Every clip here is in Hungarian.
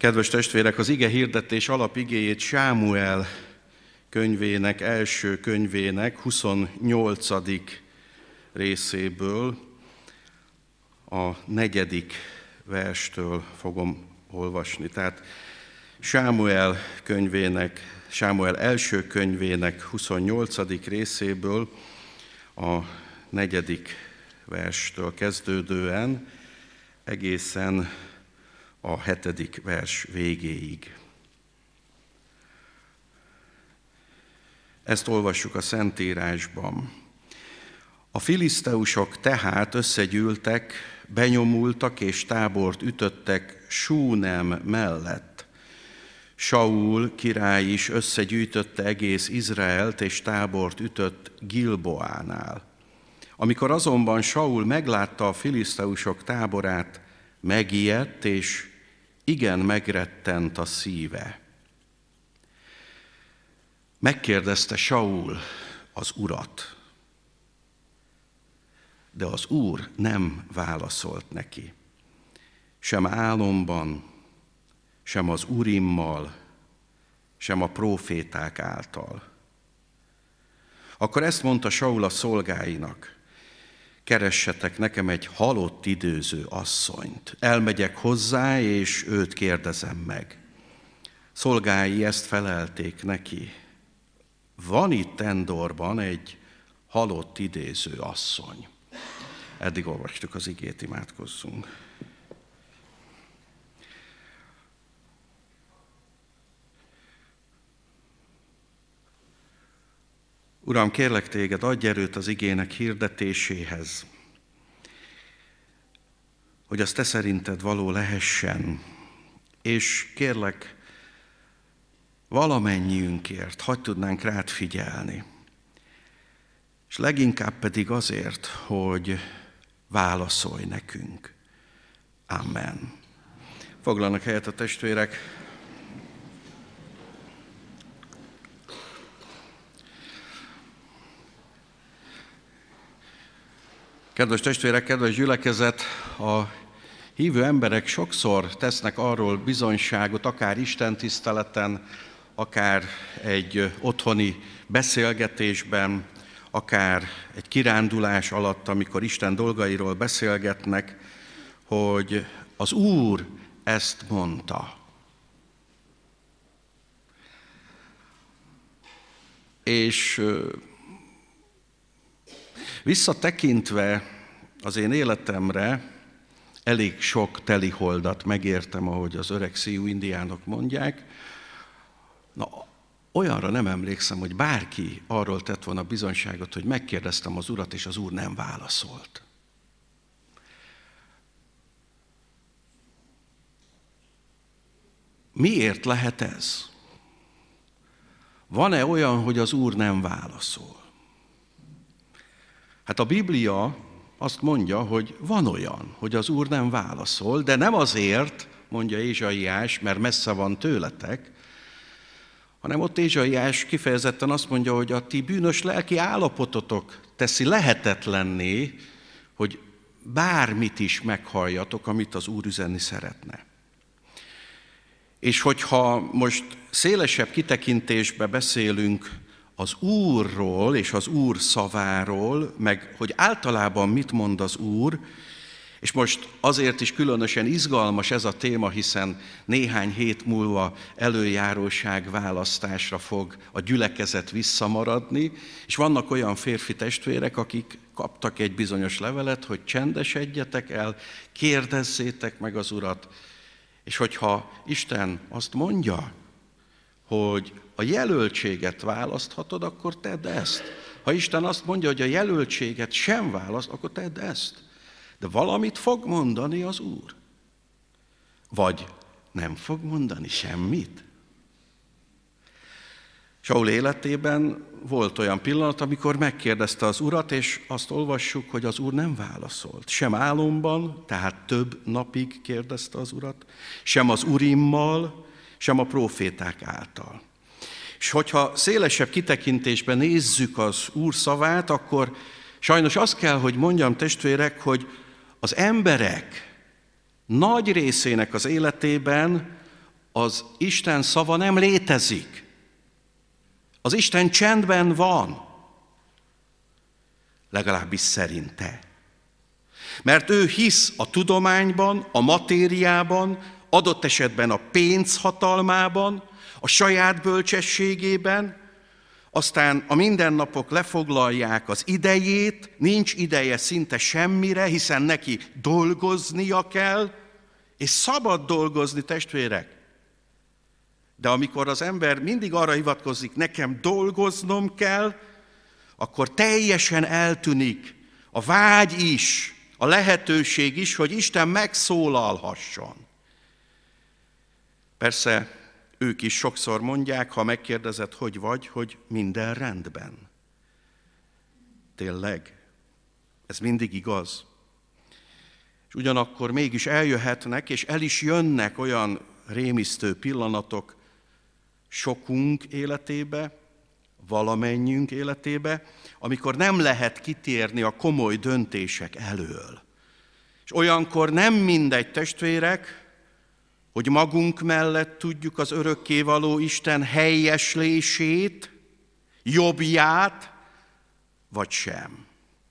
Kedves testvérek, az ige hirdetés alapigéjét Sámuel könyvének, első könyvének 28. részéből, a 4. verstől fogom olvasni. Tehát Sámuel első könyvének 28. részéből a 4. verstől kezdődően egészen a 7. vers végéig. Ezt olvassuk a Szentírásban. A filiszteusok tehát összegyűltek, benyomultak és tábort ütöttek Súnem mellett. Saul király is összegyűjtötte egész Izraelt és tábort ütött Gilboánál. Amikor azonban Saul meglátta a filiszteusok táborát, megijedt és igen megrettent a szíve. Megkérdezte Saul az Urat, de az Úr nem válaszolt neki. Sem álomban, sem az Urimmal, sem a próféták által. Akkor ezt mondta Saul a szolgáinak: keressetek nekem egy halott időző asszonyt. Elmegyek hozzá, és őt kérdezem meg. Szolgái ezt felelték neki: van itt Endorban egy halott idéző asszony. Eddig olvastuk az igét, imádkozzunk. Uram, kérlek téged, adj erőt az igének hirdetéséhez, hogy az te szerinted való lehessen, és kérlek, valamennyiünkért hadd tudnánk rád figyelni, és leginkább pedig azért, hogy válaszolj nekünk. Amen. Foglalnak helyet a testvérek. Kedves testvérek, kedves gyülekezet, a hívő emberek sokszor tesznek arról bizonyságot, akár istentiszteleten, akár egy otthoni beszélgetésben, akár egy kirándulás alatt, amikor Isten dolgairól beszélgetnek, hogy az Úr ezt mondta. És visszatekintve az én életemre, elég sok teliholdat megértem, ahogy az öreg Sioux indiánok mondják. Na, olyanra nem emlékszem, hogy bárki arról tett volna bizonyságot, hogy megkérdeztem az Urat, és az Úr nem válaszolt. Miért lehet ez? Van-e olyan, hogy az Úr nem válaszol? Hát a Biblia azt mondja, hogy van olyan, hogy az Úr nem válaszol, de nem azért, mondja Ézsaiás, mert messze van tőletek, hanem ott Ézsaiás kifejezetten azt mondja, hogy a ti bűnös lelki állapototok teszi lehetetlenné, hogy bármit is meghalljatok, amit az Úr üzenni szeretne. És hogyha most szélesebb kitekintésbe beszélünk az Úrról és az Úr szaváról, meg hogy általában mit mond az Úr, és most azért is különösen izgalmas ez a téma, hiszen néhány hét múlva előjáróság választásra fog a gyülekezet visszamaradni, és vannak olyan férfi testvérek, akik kaptak egy bizonyos levelet, hogy csendesedjetek el, kérdezzétek meg az Urat, és hogyha Isten azt mondja, hogy a jelöltséget választhatod, akkor tedd ezt. Ha Isten azt mondja, hogy a jelöltséget sem választ, akkor tedd ezt. De valamit fog mondani az Úr. Vagy nem fog mondani semmit. Saul életében volt olyan pillanat, amikor megkérdezte az Urat, és azt olvassuk, hogy az Úr nem válaszolt. Sem álomban, tehát több napig kérdezte az Urat, sem az Urimmal, sem a próféták által. És hogyha szélesebb kitekintésben nézzük az Úr szavát, akkor sajnos azt kell, hogy mondjam, testvérek, hogy az emberek nagy részének az életében az Isten szava nem létezik. Az Isten csendben van, legalábbis szerinte. Mert ő hisz a tudományban, a matériában, adott esetben a pénz hatalmában, a saját bölcsességében, aztán a mindennapok lefoglalják az idejét, nincs ideje szinte semmire, hiszen neki dolgoznia kell, és szabad dolgozni, testvérek. De amikor az ember mindig arra hivatkozik, nekem dolgoznom kell, akkor teljesen eltűnik a vágy is, a lehetőség is, hogy Isten megszólalhasson. Persze ők is sokszor mondják, ha megkérdezed, hogy vagy, hogy minden rendben. Tényleg, ez mindig igaz. És ugyanakkor mégis eljöhetnek, és el is jönnek olyan rémisztő pillanatok sokunk életébe, valamennyiünk életébe, amikor nem lehet kitérni a komoly döntések elől. És olyankor nem mindegy, testvérek, hogy magunk mellett tudjuk az örökkévaló Isten helyeslését, jobbját, vagy sem.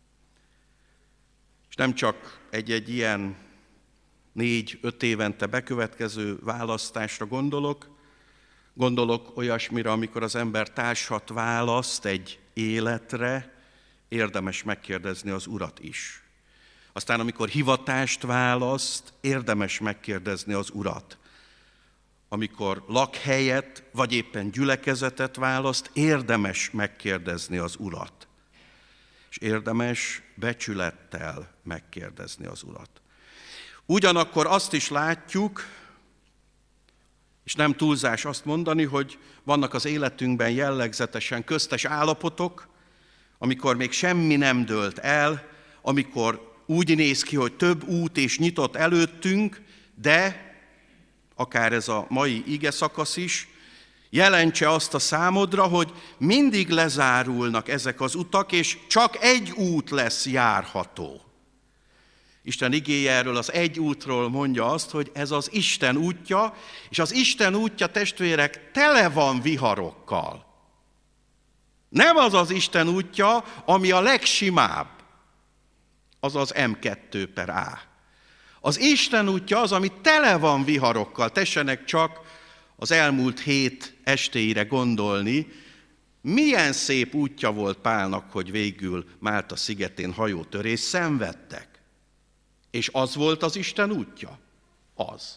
És nem csak egy ilyen 4-5 évente bekövetkező választásra gondolok olyasmire, amikor az ember társat választ egy életre, érdemes megkérdezni az Urat is. Aztán, amikor hivatást választ, érdemes megkérdezni az Urat. Amikor lakhelyet, vagy éppen gyülekezetet választ, érdemes megkérdezni az Urat. És érdemes becsülettel megkérdezni az Urat. Ugyanakkor azt is látjuk, és nem túlzás azt mondani, hogy vannak az életünkben jellegzetesen köztes állapotok, amikor még semmi nem dőlt el, amikor úgy néz ki, hogy több út és nyitott előttünk, de akár ez a mai ige szakasz is, jelentse azt a számodra, hogy mindig lezárulnak ezek az utak, és csak egy út lesz járható. Isten igéje erről az egy útról mondja azt, hogy ez az Isten útja, és az Isten útja, testvérek, tele van viharokkal. Nem az az Isten útja, ami a legsimább, az az M2/A. Az Isten útja az, ami tele van viharokkal. Tessenek csak az elmúlt hét estéire gondolni, milyen szép útja volt Pálnak, hogy végül Málta szigetén hajótörést szenvedtek. És az volt az Isten útja? Az.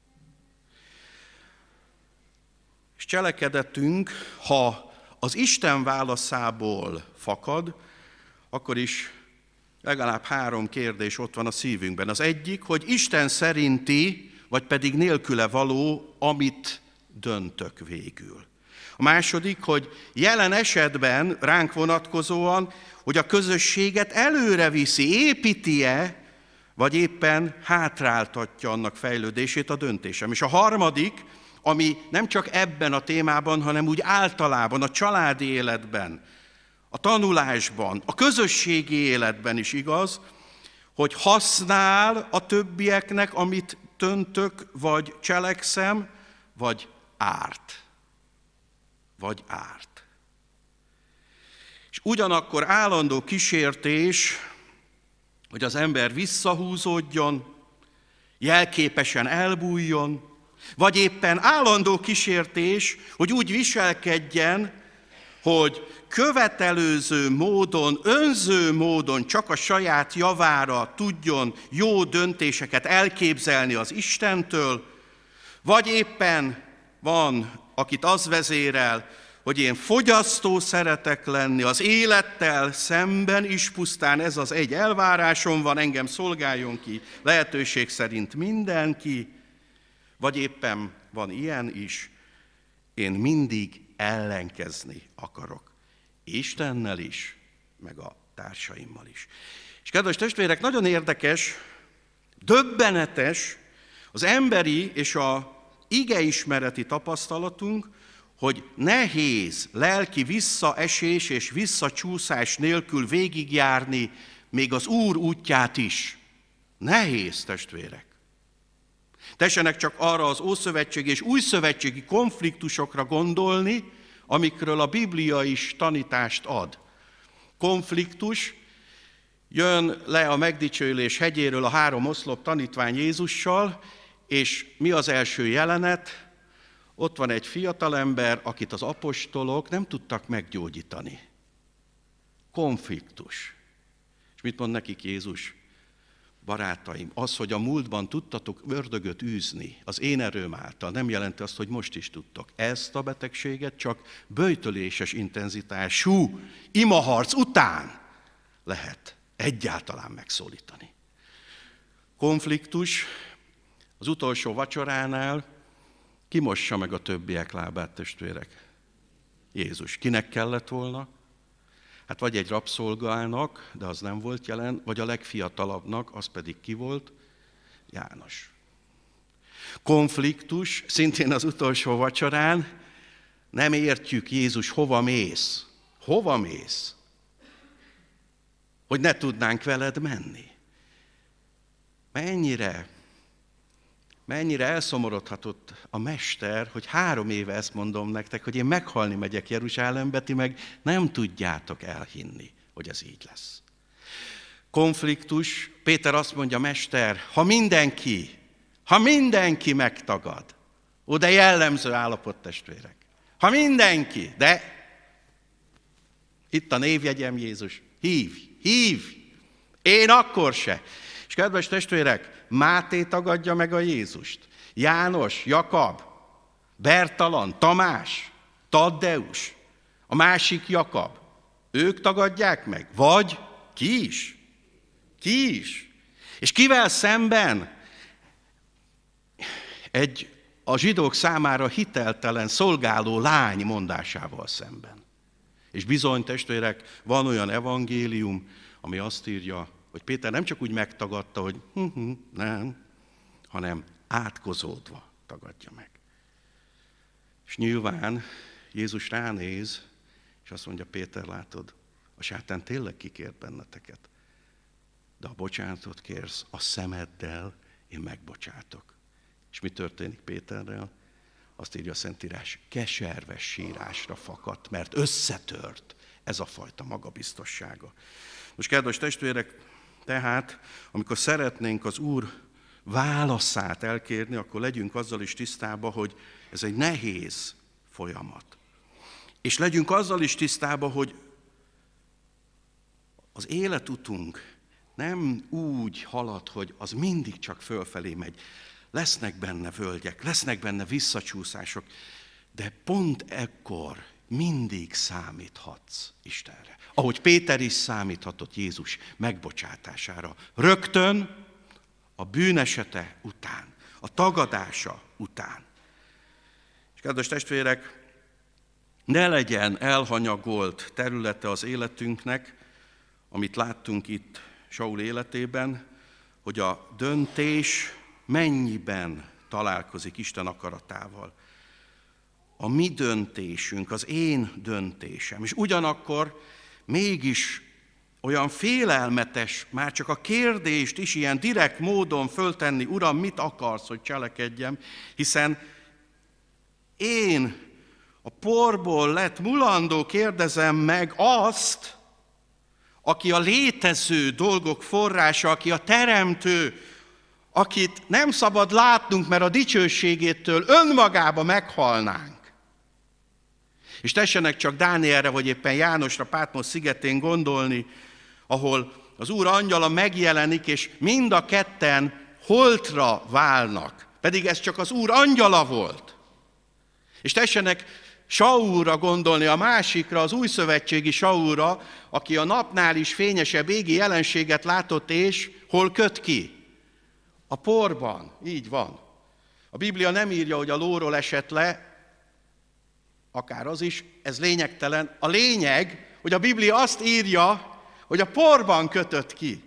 És cselekedetünk, ha az Isten válaszából fakad, akkor is legalább 3 kérdés ott van a szívünkben. Az egyik, hogy Isten szerinti, vagy pedig nélküle való, amit döntök végül. A második, hogy jelen esetben ránk vonatkozóan, hogy a közösséget előre viszi, építi-e, vagy éppen hátráltatja annak fejlődését a döntésem. És a harmadik, ami nem csak ebben a témában, hanem úgy általában a családi életben, a tanulásban, a közösségi életben is igaz, hogy használ a többieknek, amit döntök, vagy cselekszem, vagy árt. Vagy árt. És ugyanakkor állandó kísértés, hogy az ember visszahúzódjon, jelképesen elbújjon, vagy éppen állandó kísértés, hogy úgy viselkedjen, hogy követelőző módon, önző módon csak a saját javára tudjon jó döntéseket elképzelni az Istentől, vagy éppen van, akit az vezérel, hogy én fogyasztó szeretek lenni, az élettel szemben is pusztán ez az egy elvárásom van, engem szolgáljon ki lehetőség szerint mindenki, vagy éppen van ilyen is, én mindig ellenkezni akarok. Istennel is, meg a társaimmal is. És kedves testvérek, nagyon érdekes, döbbenetes az emberi és a igeismereti tapasztalatunk, hogy nehéz lelki visszaesés és visszacsúszás nélkül végigjárni még az Úr útját is. Nehéz, testvérek. Tessenek csak arra az ószövetségi és újszövetségi konfliktusokra gondolni, amikről a Biblia is tanítást ad. Konfliktus, jön le a megdicsőülés hegyéről a 3 oszlop tanítvány Jézussal, és mi az első jelenet? Ott van egy fiatalember, akit az apostolok nem tudtak meggyógyítani. Konfliktus. És mit mond nekik Jézus? Barátaim, az, hogy a múltban tudtatok ördögöt űzni az én erőm által, nem jelenti azt, hogy most is tudtok. Ezt a betegséget csak böjtöléses intenzitású imaharc után lehet egyáltalán megszólítani. Konfliktus az utolsó vacsoránál kimossa meg a többiek lábát, testvérek. Jézus. Kinek kellett volna? Hát vagy egy rabszolgának, de az nem volt jelen, vagy a legfiatalabbnak, az pedig ki volt? János. Konfliktus, szintén az utolsó vacsorán, nem értjük Jézus, hova mész? Hova mész? Hogy ne tudnánk veled menni. Mennyire elszomorodhatott a mester, hogy 3 éve ezt mondom nektek, hogy én meghalni megyek Jeruzsálembe, ti meg nem tudjátok elhinni, hogy ez így lesz. Konfliktus, Péter azt mondja, mester, ha mindenki megtagad, de jellemző állapot, testvérek. Ha mindenki, de itt a névjegyem Jézus, hívj, én akkor se. És kedves testvérek, Máté tagadja meg a Jézust. János, Jakab, Bertalan, Tamás, Taddeus, a másik Jakab. Ők tagadják meg? Vagy ki is? Ki is? És kivel szemben? Egy a zsidók számára hiteltelen szolgáló lány mondásával szemben. És bizony, testvérek, van olyan evangélium, ami azt írja, hogy Péter nem csak úgy megtagadta, hogy nem, hanem átkozódva tagadja meg. És nyilván Jézus ránéz, és azt mondja, Péter, látod, a sátán tényleg kikért benneteket, de ha bocsánatot kérsz, a szemeddel én megbocsátok. És mi történik Péterrel? Azt írja a Szentírás, keserves sírásra fakadt, mert összetört ez a fajta magabiztossága. Most, kedves testvérek, tehát, amikor szeretnénk az Úr válaszát elkérni, akkor legyünk azzal is tisztában, hogy ez egy nehéz folyamat. És legyünk azzal is tisztában, hogy az életutunk nem úgy halad, hogy az mindig csak fölfelé megy. Lesznek benne völgyek, lesznek benne visszacsúszások, de pont ekkor mindig számíthatsz Istenre. Ahogy Péter is számíthatott Jézus megbocsátására. Rögtön a bűnesete után, a tagadása után. És kedves testvérek, ne legyen elhanyagolt területe az életünknek, amit láttunk itt Saul életében, hogy a döntés mennyiben találkozik Isten akaratával. A mi döntésünk, az én döntésem. És ugyanakkor mégis olyan félelmetes már csak a kérdést is ilyen direkt módon föltenni, Uram, mit akarsz, hogy cselekedjem, hiszen én a porból lett mulandó kérdezem meg azt, aki a létező dolgok forrása, aki a teremtő, akit nem szabad látnunk, mert a dicsőségétől önmagába meghalnánk. És tessenek csak Dánielre, vagy éppen Jánosra, Pátmos szigetén gondolni, ahol az Úr angyala megjelenik, és mind a ketten holtra válnak. Pedig ez csak az Úr angyala volt. És tessenek Saulra gondolni, a másikra, az újszövetségi Saulra, aki a napnál is fényesebb égi jelenséget látott, és hol köt ki? A porban. Így van. A Biblia nem írja, hogy a lóról esett le, akár az is, ez lényegtelen. A lényeg, hogy a Biblia azt írja, hogy a porban kötött ki.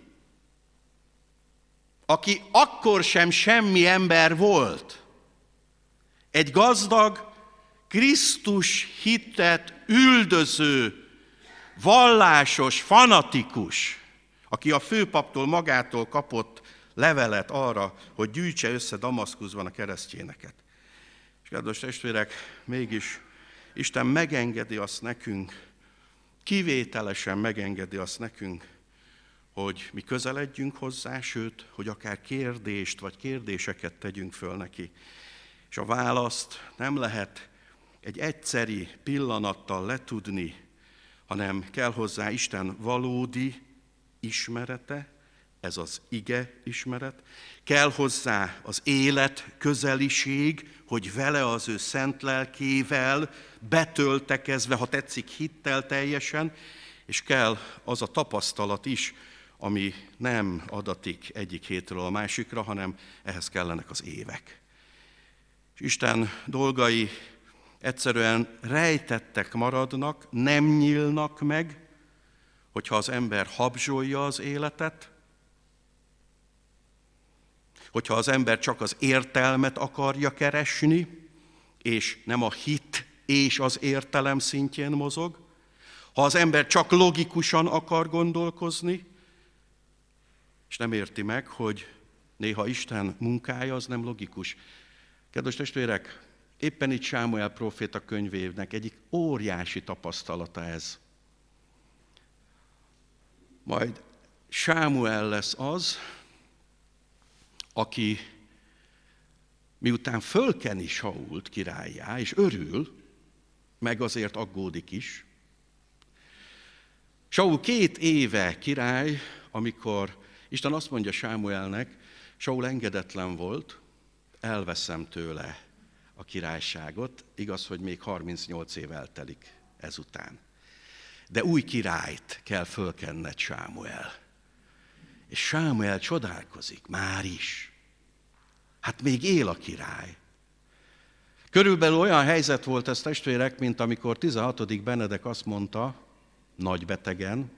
Aki akkor sem semmi ember volt. Egy gazdag, Krisztus hitet üldöző, vallásos, fanatikus, aki a főpaptól magától kapott levelet arra, hogy gyűjtse össze Damaszkuszban a keresztényeket. És kedves testvérek, mégis Isten megengedi azt nekünk, kivételesen megengedi azt nekünk, hogy mi közeledjünk hozzá, sőt, hogy akár kérdést vagy kérdéseket tegyünk föl neki. És a választ nem lehet egy egyszeri pillanattal letudni, hanem kell hozzá Isten valódi ismerete, ez az ige ismeret, kell hozzá az élet közeliség, hogy vele az ő szent lelkével betöltekezve, ha tetszik, hittel teljesen, és kell az a tapasztalat is, ami nem adatik egyik hétről a másikra, hanem ehhez kellenek az évek. És Isten dolgai egyszerűen rejtettek maradnak, nem nyílnak meg, hogyha az ember habzsolja az életet, hogyha az ember csak az értelmet akarja keresni, és nem a hit és az értelem szintjén mozog, ha az ember csak logikusan akar gondolkozni, és nem érti meg, hogy néha Isten munkája az nem logikus. Kedves testvérek, éppen itt Sámuel próféta könyvének egyik óriási tapasztalata ez. Majd Sámuel lesz az, aki miután fölkeni Sault királlyá, és örül, meg azért aggódik is. Saul 2 éve király, amikor Isten azt mondja Sámuelnek, Saul engedetlen volt, elveszem tőle a királyságot, igaz, hogy még 38 év eltelik ezután. De új királyt kell fölkenned, Sámuel. És Sámuel csodálkozik, már is. Hát még él a király. Körülbelül olyan helyzet volt ez, testvérek, mint amikor 16. Benedek azt mondta, nagy betegen,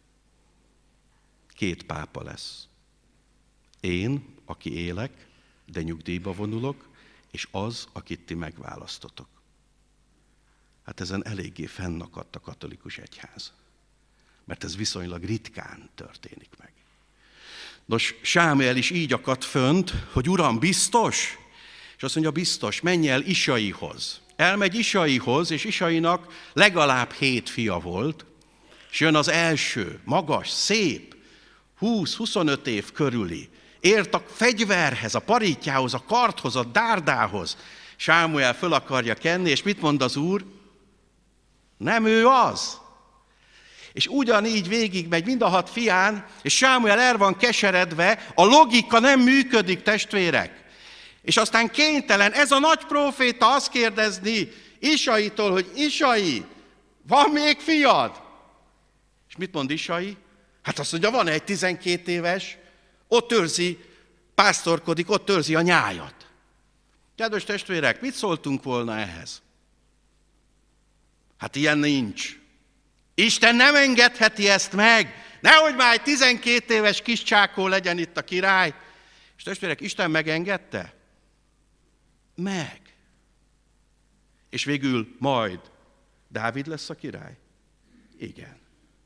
2 pápa lesz. Én, aki élek, de nyugdíjba vonulok, és az, akit ti megválasztotok. Hát ezen eléggé fennakadt a katolikus egyház. Mert ez viszonylag ritkán történik meg. Nos, Sámuel is így akadt fönt, hogy Uram, biztos? És azt mondja, biztos, menj el Isaihoz. Elmegy Isaihoz, és Isainak legalább 7 fia volt, és jön az első, magas, szép, 20-25 év körüli, ért a fegyverhez, a parítjához, a kardhoz, a dárdához. Sámuel föl akarja kenni, és mit mond az Úr? Nem ő az. És ugyanígy végigmegy mind a 6 fián, és Sámuel el van keseredve, a logika nem működik, testvérek. És aztán kénytelen ez a nagy próféta azt kérdezni Isaitól, hogy Isai, van még fiad? És mit mond Isai? Hát azt mondja, van egy 12 éves, ott őrzi, pásztorkodik, ott őrzi a nyájat. Kedves testvérek, mit szóltunk volna ehhez? Hát ilyen nincs. Isten nem engedheti ezt meg. Nehogy már egy 12 éves kis csákó legyen itt a király. És testvérek, Isten megengedte? Meg. És végül majd Dávid lesz a király? Igen.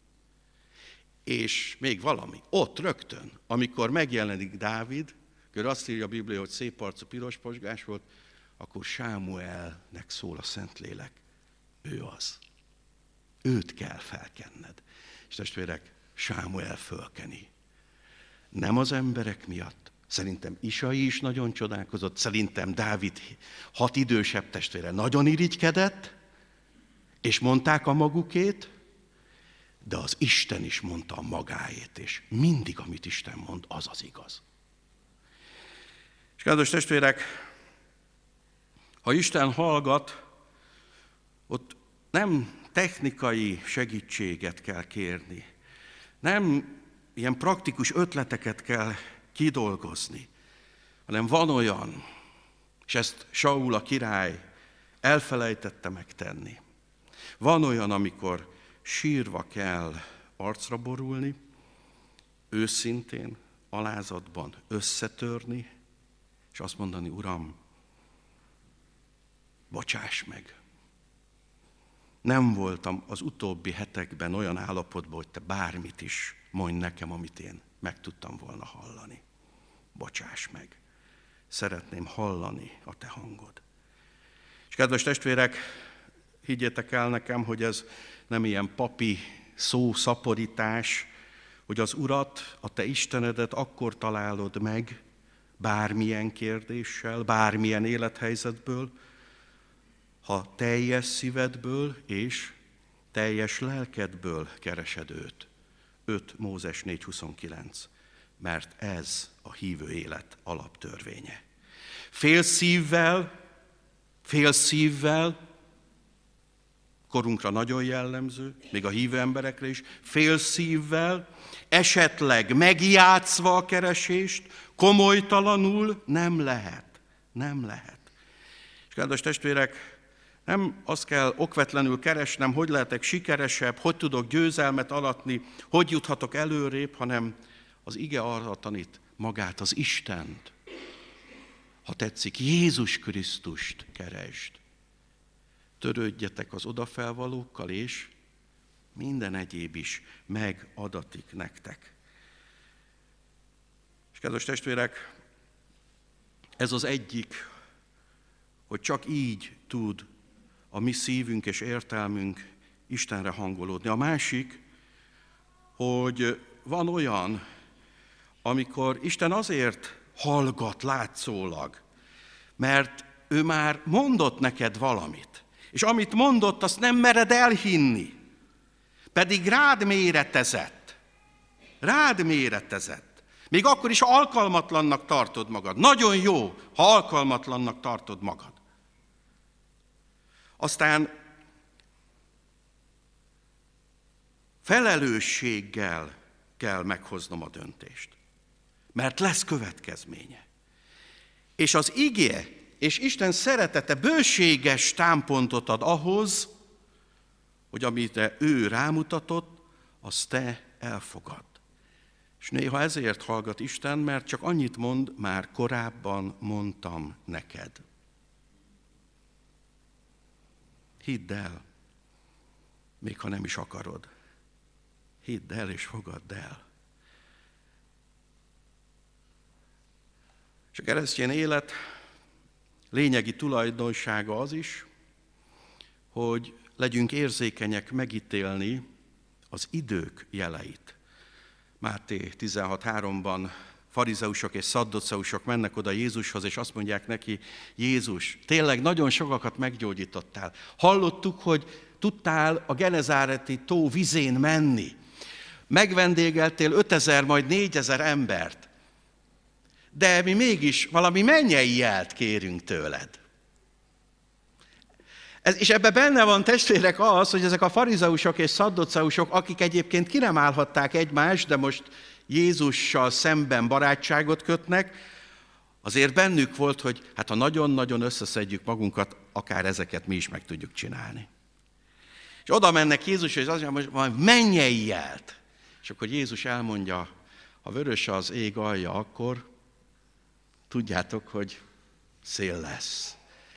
És még valami, ott rögtön, amikor megjelenik Dávid, akkor azt írja a Biblia, hogy szép arcú, piros posgás volt, akkor Sámuelnek szól a Szentlélek. Ő az. Őt kell felkenned. És testvérek, Sámuel fölkeni. Nem az emberek miatt. Szerintem Isai is nagyon csodálkozott, szerintem Dávid 6 idősebb testvére nagyon irigykedett, és mondták a magukét, de az Isten is mondta a magáét, és mindig, amit Isten mond, az az igaz. És kedves testvérek, ha Isten hallgat, ott nem technikai segítséget kell kérni, nem ilyen praktikus ötleteket kell kidolgozni, hanem van olyan, és ezt Saul a király elfelejtette megtenni. Van olyan, amikor sírva kell arcra borulni, őszintén, alázatban összetörni, és azt mondani, Uram, bocsáss meg. Nem voltam az utóbbi hetekben olyan állapotban, hogy te bármit is mondj nekem, amit én meg tudtam volna hallani. bocsáss meg. Szeretném hallani a te hangod. És kedves testvérek, higgyétek el nekem, hogy ez nem ilyen papi szószaporítás, hogy az Urat, a te Istenedet akkor találod meg, bármilyen kérdéssel, bármilyen élethelyzetből, ha teljes szívedből és teljes lelkedből keresed őt. 5 Mózes 4.29. Mert ez a hívő élet alaptörvénye. Fél szívvel, korunkra nagyon jellemző, még a hívő emberekre is, fél szívvel, esetleg megjátszva a keresést, komolytalanul nem lehet. Nem lehet. És kedves testvérek, nem azt kell okvetlenül keresnem, hogy lehetek sikeresebb, hogy tudok győzelmet aratni, hogy juthatok előrébb, hanem az ige arra tanít magát, az Istent. Ha tetszik, Jézus Krisztust keresd. Törődjetek az odafelvalókkal, és minden egyéb is megadatik nektek. És kedves testvérek, ez az egyik, hogy csak így tud a mi szívünk és értelmünk Istenre hangolódni. A másik, hogy van olyan, amikor Isten azért hallgat látszólag, mert ő már mondott neked valamit. És amit mondott, azt nem mered elhinni. Pedig rád méretezett. Rád méretezett. Még akkor is, ha alkalmatlannak tartod magad. Nagyon jó, ha alkalmatlannak tartod magad. Aztán felelősséggel kell meghoznom a döntést. Mert lesz következménye. És az igé és Isten szeretete bőséges támpontot ad ahhoz, hogy amit ő rámutatott, azt te elfogadd. És néha ezért hallgat Isten, mert csak annyit mond, már korábban mondtam neked. Hidd el, még ha nem is akarod. Hidd el és fogadd el. És a keresztény élet lényegi tulajdonsága az is, hogy legyünk érzékenyek megítélni az idők jeleit. Máté 16.3-ban farizeusok és szadduceusok mennek oda Jézushoz, és azt mondják neki, Jézus, tényleg nagyon sokakat meggyógyítottál. Hallottuk, hogy tudtál a Genezáreti tó vizén menni. Megvendégeltél 5000, majd 4000 embert. De mi mégis valami mennyei jelt kérünk tőled. És ebben benne van, testvérek, az, hogy ezek a farizeusok és szadduceusok, akik egyébként ki nem állhatták egymást, de most Jézussal szemben barátságot kötnek, azért bennük volt, hogy hát ha nagyon-nagyon összeszedjük magunkat, akár ezeket mi is meg tudjuk csinálni. És oda mennek Jézusra, és azt mondja, hogy majd mennyei jelt. És akkor Jézus elmondja, ha vörös az ég alja, akkor tudjátok, hogy szél lesz.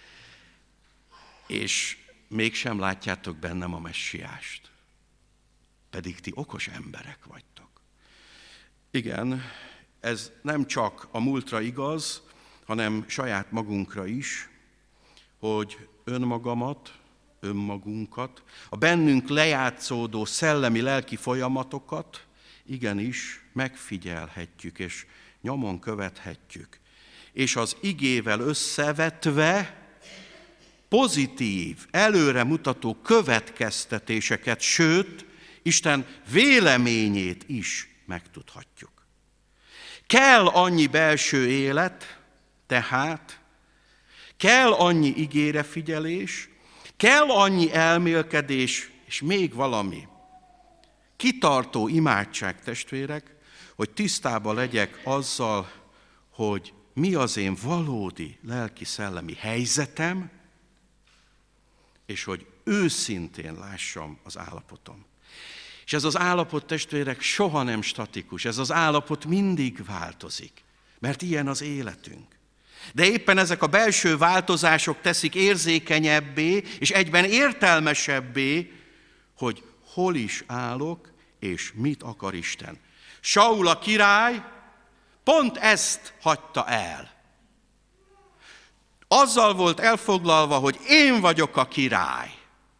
És mégsem látjátok bennem a messiást. Pedig ti okos emberek vagytok. Igen, ez nem csak a múltra igaz, hanem saját magunkra is, hogy önmagunkat, a bennünk lejátszódó szellemi-lelki folyamatokat igenis megfigyelhetjük és nyomon követhetjük. És az igével összevetve pozitív, előremutató következtetéseket, sőt, Isten véleményét is megtudhatjuk. Kell annyi belső élet, tehát kell annyi igére figyelés, kell annyi elmélkedés, és még valami. Kitartó imádság, testvérek, hogy tisztában legyek azzal, hogy mi az én valódi lelki-szellemi helyzetem, és hogy őszintén lássam az állapotom. És ez az állapot, testvérek, soha nem statikus, ez az állapot mindig változik, mert ilyen az életünk. De éppen ezek a belső változások teszik érzékenyebbé, és egyben értelmesebbé, hogy hol is állok, és mit akar Isten. Saul a király Pont ezt hagyta el. Azzal volt elfoglalva, hogy én vagyok a király.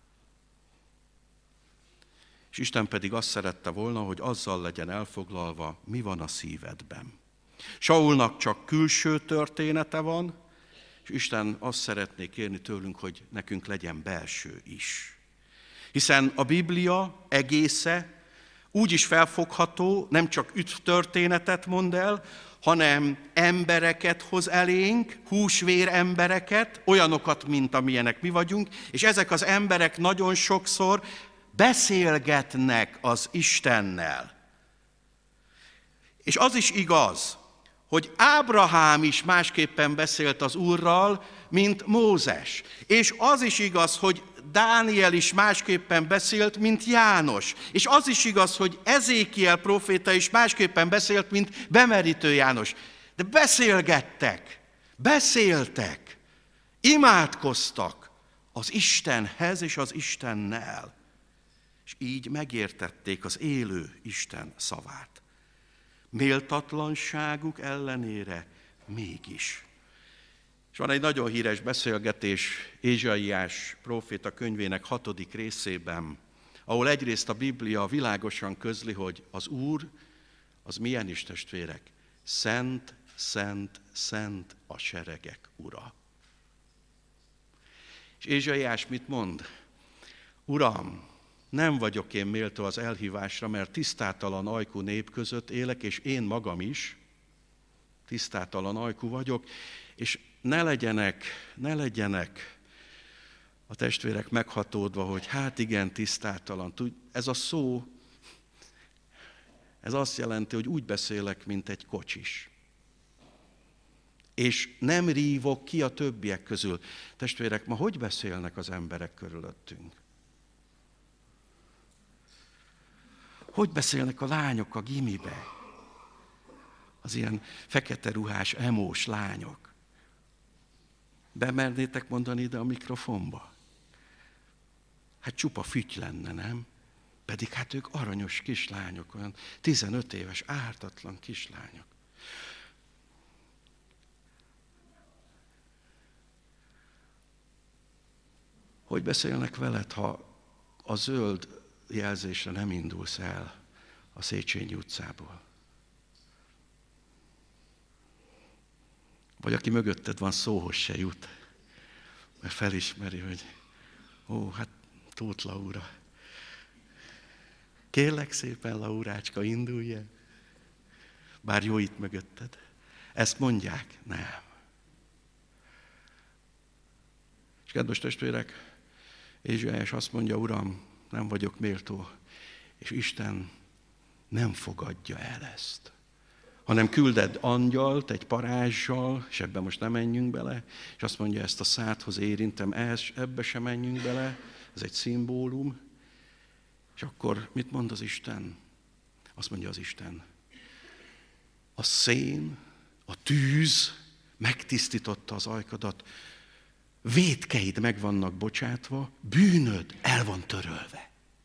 És Isten pedig azt szerette volna, hogy azzal legyen elfoglalva, mi van a szívedben. Saulnak csak külső története van, és Isten azt szeretné kérni tőlünk, hogy nekünk legyen belső is. Hiszen a Biblia egésze úgy is felfogható, nem csak üdvtörténetet mond el, hanem embereket hoz elénk, húsvér embereket, olyanokat, mint amilyenek mi vagyunk, és ezek az emberek nagyon sokszor beszélgetnek az Istennel. És az is igaz, hogy Ábrahám is másképpen beszélt az Úrral, mint Mózes. És az is igaz, hogy Dániel is másképpen beszélt, mint János. És az is igaz, hogy Ezékiel próféta is másképpen beszélt, mint bemerítő János. De beszéltek, imádkoztak az Istenhez és az Istennel. És így megértették az élő Isten szavát. Méltatlanságuk ellenére mégis. És van egy nagyon híres beszélgetés Ézsaiás próféta könyvének 6. részében, ahol egyrészt a Biblia világosan közli, hogy az Úr, az milyen is, testvérek? Szent, szent, szent a seregek Ura. És Ézsaiás mit mond? Uram, nem vagyok én méltó az elhívásra, mert tisztátalan ajkú nép között élek, és én magam is tisztátalan ajkú vagyok, és ne legyenek a testvérek meghatódva, hogy hát igen, tisztátalan. Ez a szó, ez azt jelenti, hogy úgy beszélek, mint egy kocsis. És nem rívok ki a többiek közül. Testvérek, ma hogy beszélnek az emberek körülöttünk? Hogy beszélnek a lányok a gimibe? Az ilyen fekete ruhás, emós lányok. Bemernétek mondani ide a mikrofonba? Hát csupa füty lenne, nem? Pedig hát ők aranyos kislányok, olyan 15 éves, ártatlan kislányok. Hogy beszélnek veled, ha a zöld jelzésre nem indulsz el a Széchenyi utcából? Vagy aki mögötted van, szóhoz se jut, mert felismeri, hogy hát Tóth Laura. Kérlek szépen, Laurácska, indulj el. Bár jó itt mögötted. Ezt mondják? Nem. És kedves testvérek, Ézsaiás azt mondja, Uram, nem vagyok méltó, és Isten nem fogadja el ezt. Hanem külded angyalt egy parázssal, és ebbe most nem menjünk bele, és azt mondja, ezt a szádhoz érintem, ebbe sem menjünk bele, ez egy szimbólum. És akkor mit mond az Isten? Azt mondja az Isten, a szén, a tűz megtisztította az ajkadat, vétkeid meg vannak bocsátva, bűnöd el van törölve.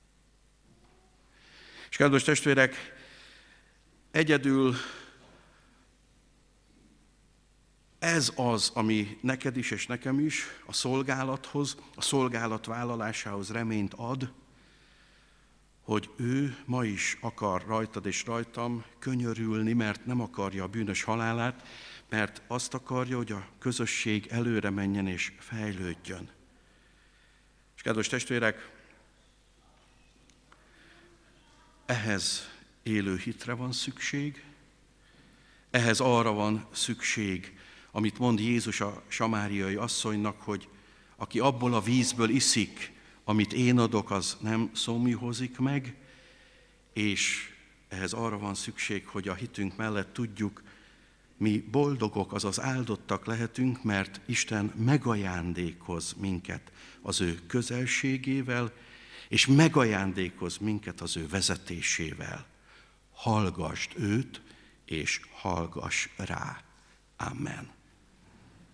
És kedves testvérek, egyedül ez az, ami neked is és nekem is a szolgálathoz, a szolgálat vállalásához reményt ad, hogy ő ma is akar rajtad és rajtam könyörülni, mert nem akarja a bűnös halálát, mert azt akarja, hogy a közösség előre menjen és fejlődjön. És kedves testvérek, ehhez élő hitre van szükség, ehhez arra van szükség, amit mond Jézus a samáriai asszonynak, hogy aki abból a vízből iszik, amit én adok, az nem szomjúhozik meg, és ehhez arra van szükség, hogy a hitünk mellett tudjuk, mi boldogok, azaz áldottak lehetünk, mert Isten megajándékoz minket az ő közelségével, és megajándékoz minket az ő vezetésével. Hallgasd őt, és hallgass rá. Amen.